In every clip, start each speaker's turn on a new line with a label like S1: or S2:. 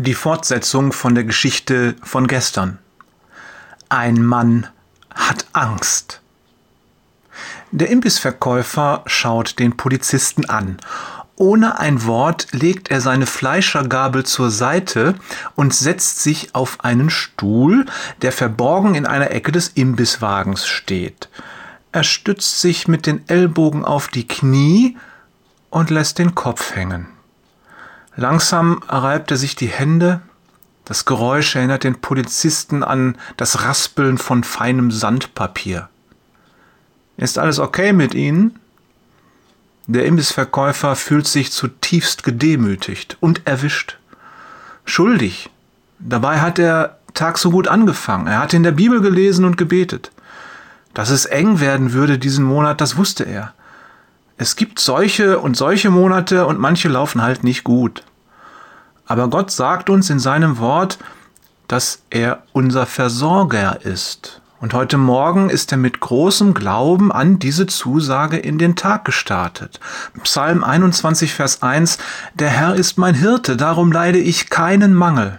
S1: Die Fortsetzung von der Geschichte von gestern. Ein Mann hat Angst. Der Imbissverkäufer schaut den Polizisten an. Ohne ein Wort legt er seine Fleischergabel zur Seite und setzt sich auf einen Stuhl, der verborgen in einer Ecke des Imbisswagens steht. Er stützt sich mit den Ellbogen auf die Knie und lässt den Kopf hängen. Langsam reibt er sich die Hände. Das Geräusch erinnert den Polizisten an das Raspeln von feinem Sandpapier. Ist alles okay mit Ihnen? Der Imbissverkäufer fühlt sich zutiefst gedemütigt und erwischt. Schuldig. Dabei hat der Tag so gut angefangen. Er hat in der Bibel gelesen und gebetet. Dass es eng werden würde diesen Monat, das wusste er. Es gibt solche und solche Monate und manche laufen halt nicht gut. Aber Gott sagt uns in seinem Wort, dass er unser Versorger ist. Und heute Morgen ist er mit großem Glauben an diese Zusage in den Tag gestartet. Psalm 21, Vers 1: Der Herr ist mein Hirte, darum leide ich keinen Mangel.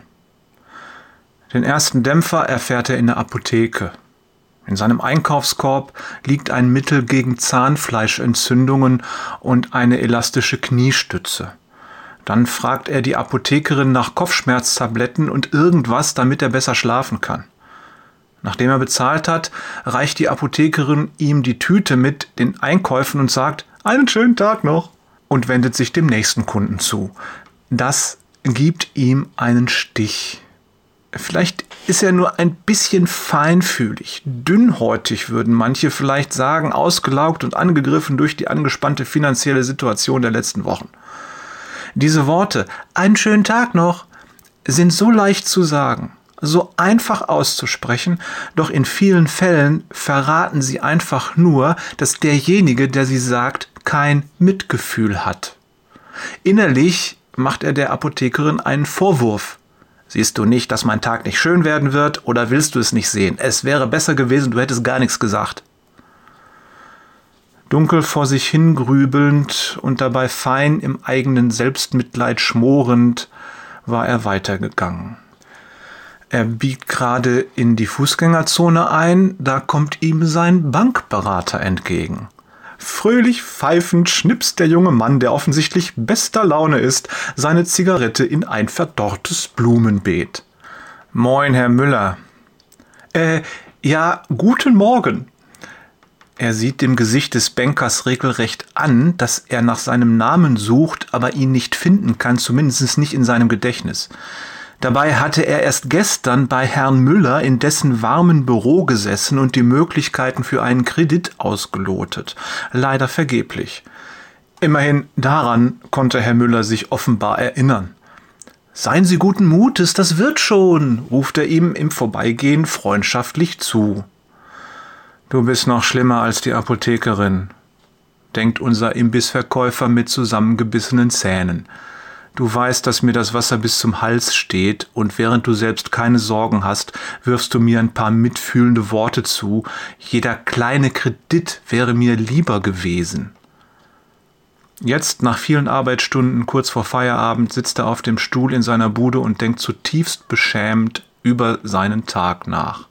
S1: Den ersten Dämpfer erfährt er in der Apotheke. In seinem Einkaufskorb liegt ein Mittel gegen Zahnfleischentzündungen und eine elastische Kniestütze. Dann fragt er die Apothekerin nach Kopfschmerztabletten und irgendwas, damit er besser schlafen kann. Nachdem er bezahlt hat, reicht die Apothekerin ihm die Tüte mit den Einkäufen und sagt: Einen schönen Tag noch, und wendet sich dem nächsten Kunden zu. Das gibt ihm einen Stich. Vielleicht ist er nur ein bisschen feinfühlig, dünnhäutig würden manche vielleicht sagen, ausgelaugt und angegriffen durch die angespannte finanzielle Situation der letzten Wochen. Diese Worte, einen schönen Tag noch, sind so leicht zu sagen, so einfach auszusprechen, doch in vielen Fällen verraten sie einfach nur, dass derjenige, der sie sagt, kein Mitgefühl hat. Innerlich macht er der Apothekerin einen Vorwurf. Siehst du nicht, dass mein Tag nicht schön werden wird, oder willst du es nicht sehen? Es wäre besser gewesen, du hättest gar nichts gesagt. Dunkel vor sich hingrübelnd und dabei fein im eigenen Selbstmitleid schmorend war er weitergegangen. Er biegt gerade in die Fußgängerzone ein, da kommt ihm sein Bankberater entgegen. Fröhlich pfeifend schnipst der junge Mann, der offensichtlich bester Laune ist, seine Zigarette in ein verdorrtes Blumenbeet. Moin, Herr Müller. Ja, guten Morgen. Er sieht dem Gesicht des Bankers regelrecht an, dass er nach seinem Namen sucht, aber ihn nicht finden kann, zumindest nicht in seinem Gedächtnis. Dabei hatte er erst gestern bei Herrn Müller in dessen warmen Büro gesessen und die Möglichkeiten für einen Kredit ausgelotet. Leider vergeblich. Immerhin daran konnte Herr Müller sich offenbar erinnern. »Seien Sie guten Mutes, das wird schon«, ruft er ihm im Vorbeigehen freundschaftlich zu. »Du bist noch schlimmer als die Apothekerin«, denkt unser Imbissverkäufer mit zusammengebissenen Zähnen. Du weißt, dass mir das Wasser bis zum Hals steht, und während du selbst keine Sorgen hast, wirfst du mir ein paar mitfühlende Worte zu. Jeder kleine Kredit wäre mir lieber gewesen. Jetzt, nach vielen Arbeitsstunden, kurz vor Feierabend, sitzt er auf dem Stuhl in seiner Bude und denkt zutiefst beschämt über seinen Tag nach.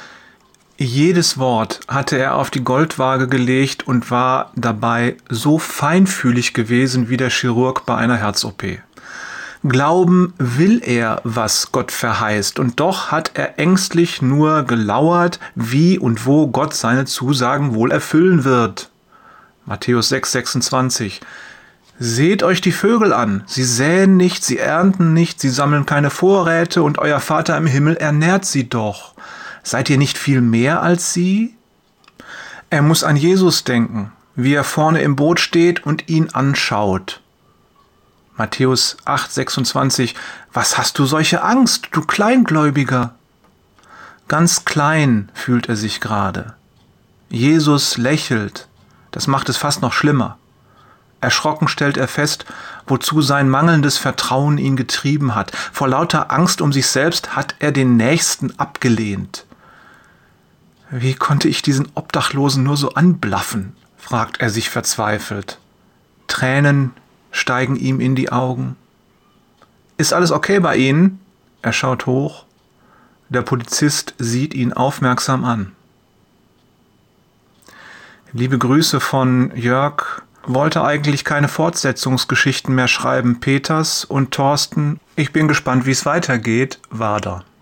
S1: Jedes Wort hatte er auf die Goldwaage gelegt und war dabei so feinfühlig gewesen wie der Chirurg bei einer Herz-OP. Glauben will er, was Gott verheißt, und doch hat er ängstlich nur gelauert, wie und wo Gott seine Zusagen wohl erfüllen wird. Matthäus 6, 26. Seht euch die Vögel an, sie säen nicht, sie ernten nicht, sie sammeln keine Vorräte, und euer Vater im Himmel ernährt sie doch. Seid ihr nicht viel mehr als sie? Er muss an Jesus denken, wie er vorne im Boot steht und ihn anschaut. Matthäus 8, 26. Was hast du solche Angst, du Kleingläubiger? Ganz klein fühlt er sich gerade. Jesus lächelt. Das macht es fast noch schlimmer. Erschrocken stellt er fest, wozu sein mangelndes Vertrauen ihn getrieben hat. Vor lauter Angst um sich selbst hat er den Nächsten abgelehnt. Wie konnte ich diesen Obdachlosen nur so anblaffen? Fragt er sich verzweifelt. Tränen steigen ihm in die Augen. Ist alles okay bei Ihnen? Er schaut hoch. Der Polizist sieht ihn aufmerksam an. Liebe Grüße von Jörg. Wollte eigentlich keine Fortsetzungsgeschichten mehr schreiben. Peters und Thorsten. Ich bin gespannt, wie es weitergeht. Wader.